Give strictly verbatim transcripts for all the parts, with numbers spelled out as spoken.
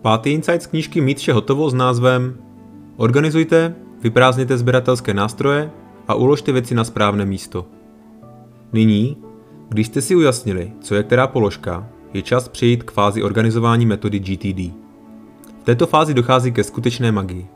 Pátý insight z knížky Mít vše hotovo s názvem Organizujte, vyprázdněte sběratelské nástroje a uložte věci na správné místo. Nyní, když jste si ujasnili, co je která položka, je čas přejít k fázi organizování metody G T D. V této fázi dochází ke skutečné magii.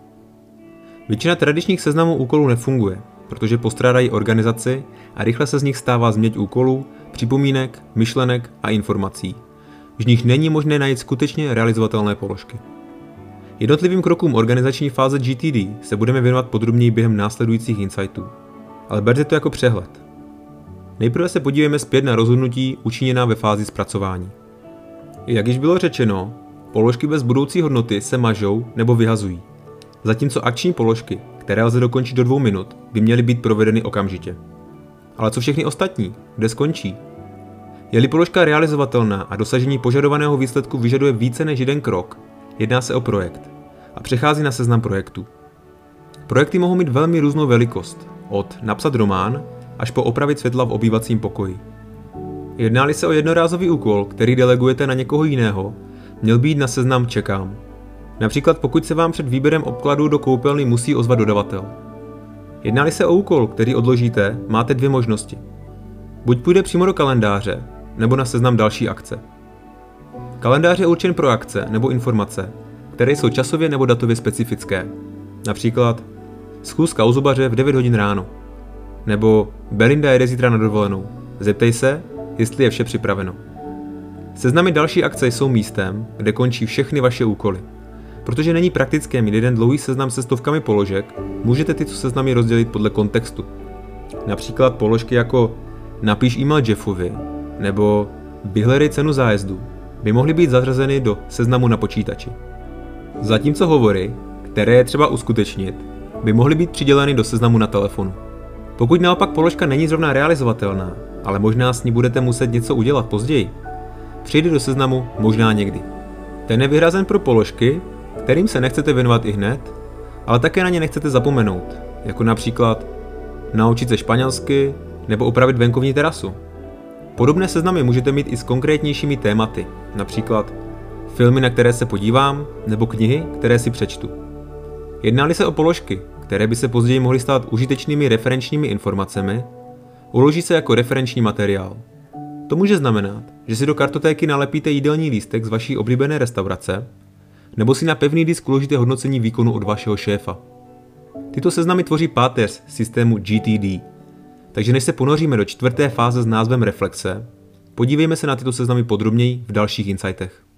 Většina tradičních seznamů úkolů nefunguje, protože postrádají organizaci a rychle se z nich stává změť úkolů, připomínek, myšlenek a informací. Z nich není možné najít skutečně realizovatelné položky. Jednotlivým krokům organizační fáze G T D se budeme věnovat podrobněji během následujících insightů, ale berte to jako přehled. Nejprve se podívejme zpět na rozhodnutí učiněná ve fázi zpracování. Jak již bylo řečeno, položky bez budoucí hodnoty se mažou nebo vyhazují, zatímco akční položky, které lze dokončit do dvou minut, by měly být provedeny okamžitě. Ale co všechny ostatní? Kde skončí? Je-li položka realizovatelná a dosažení požadovaného výsledku vyžaduje více než jeden krok, jedná se o projekt a přechází na seznam projektů. Projekty mohou mít velmi různou velikost, od napsat román až po opravit světla v obývacím pokoji. Jedná-li se o jednorázový úkol, který delegujete na někoho jiného, měl být na seznam čekám. Například pokud se vám před výběrem obkladů do koupelny musí ozvat dodavatel. Jedná-li se o úkol, který odložíte, máte dvě možnosti. Buď půjde přímo do kalendáře, nebo na seznam další akce. Kalendář je určen pro akce nebo informace, které jsou časově nebo datově specifické. Například schůzka u zubaře v devět hodin ráno. Nebo Belinda jede zítra na dovolenou. Zeptej se, jestli je vše připraveno. Seznamy další akce jsou místem, kde končí všechny vaše úkoly. Protože není praktické mít jeden dlouhý seznam se stovkami položek, můžete tyto seznamy rozdělit podle kontextu. Například položky jako napiš e-mail Jeffovi nebo vyhledej cenu zájezdu by mohly být zařazeny do seznamu na počítači. Zatímco hovory, které je třeba uskutečnit, by mohly být přiděleny do seznamu na telefonu. Pokud naopak položka není zrovna realizovatelná, ale možná s ní budete muset něco udělat později, přijde do seznamu možná někdy. Ten je vyhrazen pro položky, kterým se nechcete věnovat i hned, ale také na ně nechcete zapomenout, jako například naučit se španělsky nebo opravit venkovní terasu. Podobné seznamy můžete mít i s konkrétnějšími tématy, například filmy, na které se podívám, nebo knihy, které si přečtu. Jedná-li se o položky, které by se později mohly stát užitečnými referenčními informacemi, uloží se jako referenční materiál. To může znamenat, že si do kartotéky nalepíte jídelní lístek z vaší oblíbené restaurace, nebo si na pevný disk uložíte hodnocení výkonu od vašeho šéfa. Tyto seznamy tvoří páteř systému G T D. Takže než se ponoříme do čtvrté fáze s názvem reflexe, podívejme se na tyto seznamy podrobněji v dalších insightech.